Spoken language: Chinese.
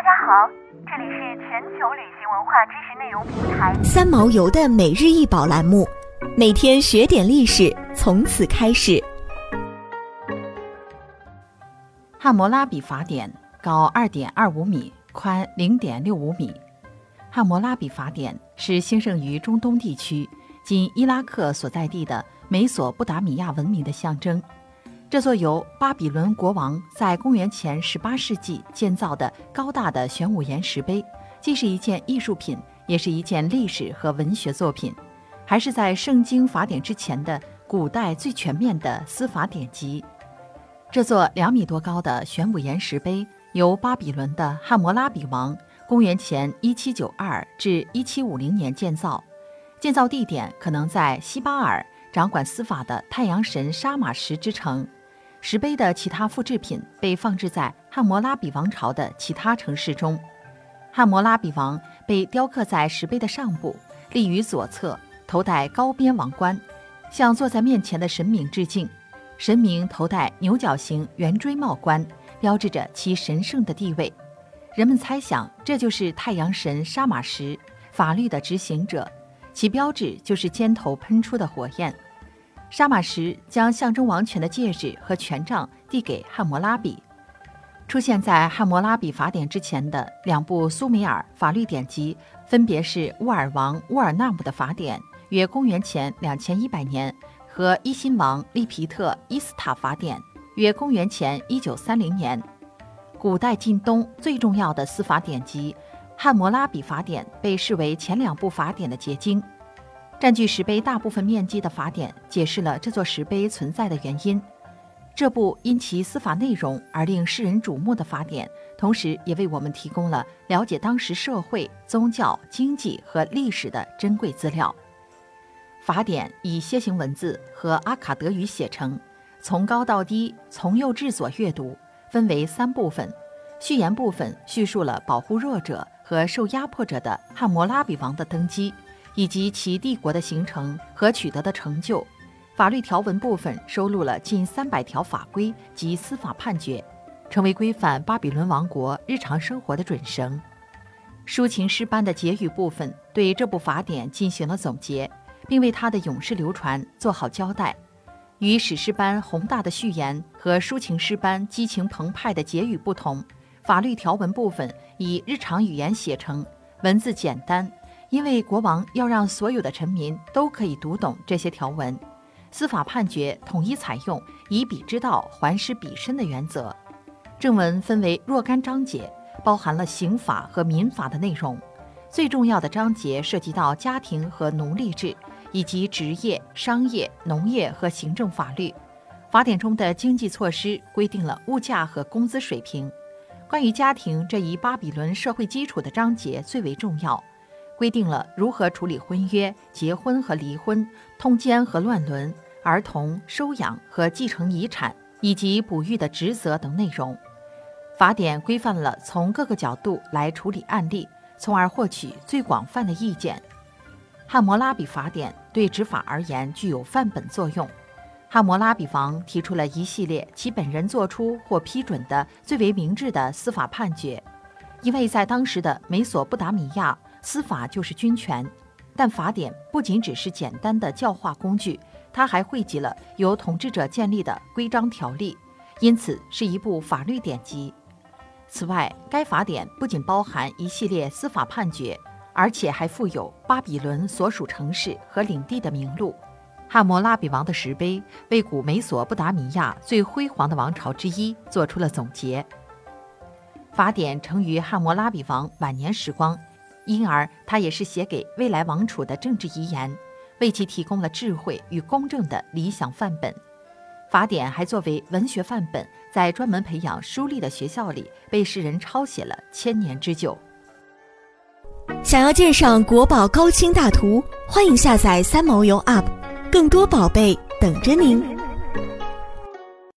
家好，这里是全球旅行文化知识内容平台三毛游的每日一宝栏目，每天学点历史，从此开始。 汉谟拉比法典高 2.25 米，宽 0.65 米。汉谟拉比法典是兴盛于中东地区，今伊拉克所在地的美索不达米亚文明的象征。这座由巴比伦国王在公元前18世纪建造的高大的玄武岩石碑，既是一件艺术品，也是一件历史和文学作品，还是在圣经法典之前的古代最全面的司法典籍。这座2米多高的玄武岩石碑由巴比伦的汉谟拉比王公元前1792至1750年建造，建造地点可能在西巴尔，掌管司法的太阳神沙马什之城。石碑的其他复制品被放置在汉谟拉比王朝的其他城市中。汉谟拉比王被雕刻在石碑的上部，立于左侧，头戴高边王冠，向坐在面前的神明致敬。神明头戴牛角形圆锥帽冠，标志着其神圣的地位。人们猜想这就是太阳神沙马什，法律的执行者，其标志就是尖头喷出的火焰。沙马什将象征王权的戒指和权杖递给汉谟拉比。出现在汉谟拉比法典之前的2部苏美尔法律典籍，分别是乌尔王乌尔纳姆的法典，约公元前2100年，和伊辛王利皮特伊斯塔法典，约公元前1930年。古代近东最重要的司法典籍汉谟拉比法典被视为前2部法典的结晶。占据石碑大部分面积的法典解释了这座石碑存在的原因。这部因其司法内容而令世人瞩目的法典，同时也为我们提供了了解当时社会、宗教、经济和历史的珍贵资料。法典以楔形文字和阿卡德语写成，从高到低，从右至左阅读，分为3部分。序言部分叙述了保护弱者和受压迫者的汉谟拉比王的登基，以及其帝国的形成和取得的成就。法律条文部分收录了近300条法规及司法判决，成为规范巴比伦王国日常生活的准绳。抒情诗般的结语部分对这部法典进行了总结，并为它的永世流传做好交代。与史诗般宏大的序言和抒情诗般激情澎湃的结语不同，法律条文部分以日常语言写成，文字简单，因为国王要让所有的臣民都可以读懂这些条文。司法判决统一采用以彼之道还施彼身的原则。正文分为若干章节，包含了刑法和民法的内容。最重要的章节涉及到家庭和奴隶制，以及职业、商业、农业和行政法律。法典中的经济措施规定了物价和工资水平。关于家庭这一巴比伦社会基础的章节最为重要，规定了如何处理婚约、结婚和离婚、通奸和乱伦、儿童收养和继承遗产，以及哺育的职责等内容。法典规范了从各个角度来处理案例，从而获取最广泛的意见。汉谟拉比法典对执法而言具有范本作用。汉谟拉比王提出了一系列其本人做出或批准的最为明智的司法判决，因为在当时的美索不达米亚，司法就是军权。但法典不仅只是简单的教化工具，它还汇集了由统治者建立的规章条例，因此是一部法律典籍。此外，该法典不仅包含一系列司法判决，而且还附有巴比伦所属城市和领地的名录。汉谟拉比王的石碑为古美索不达米亚最辉煌的王朝之一做出了总结。法典成于汉谟拉比王晚年时光，因而它也是写给未来王储的政治遗言，为其提供了智慧与公正的理想范本。法典还作为文学范本，在专门培养书吏的学校里被世人抄写了1000年之久。 想要鉴赏国宝高清大图，欢迎下载三毛游 App， 更多宝贝等着您。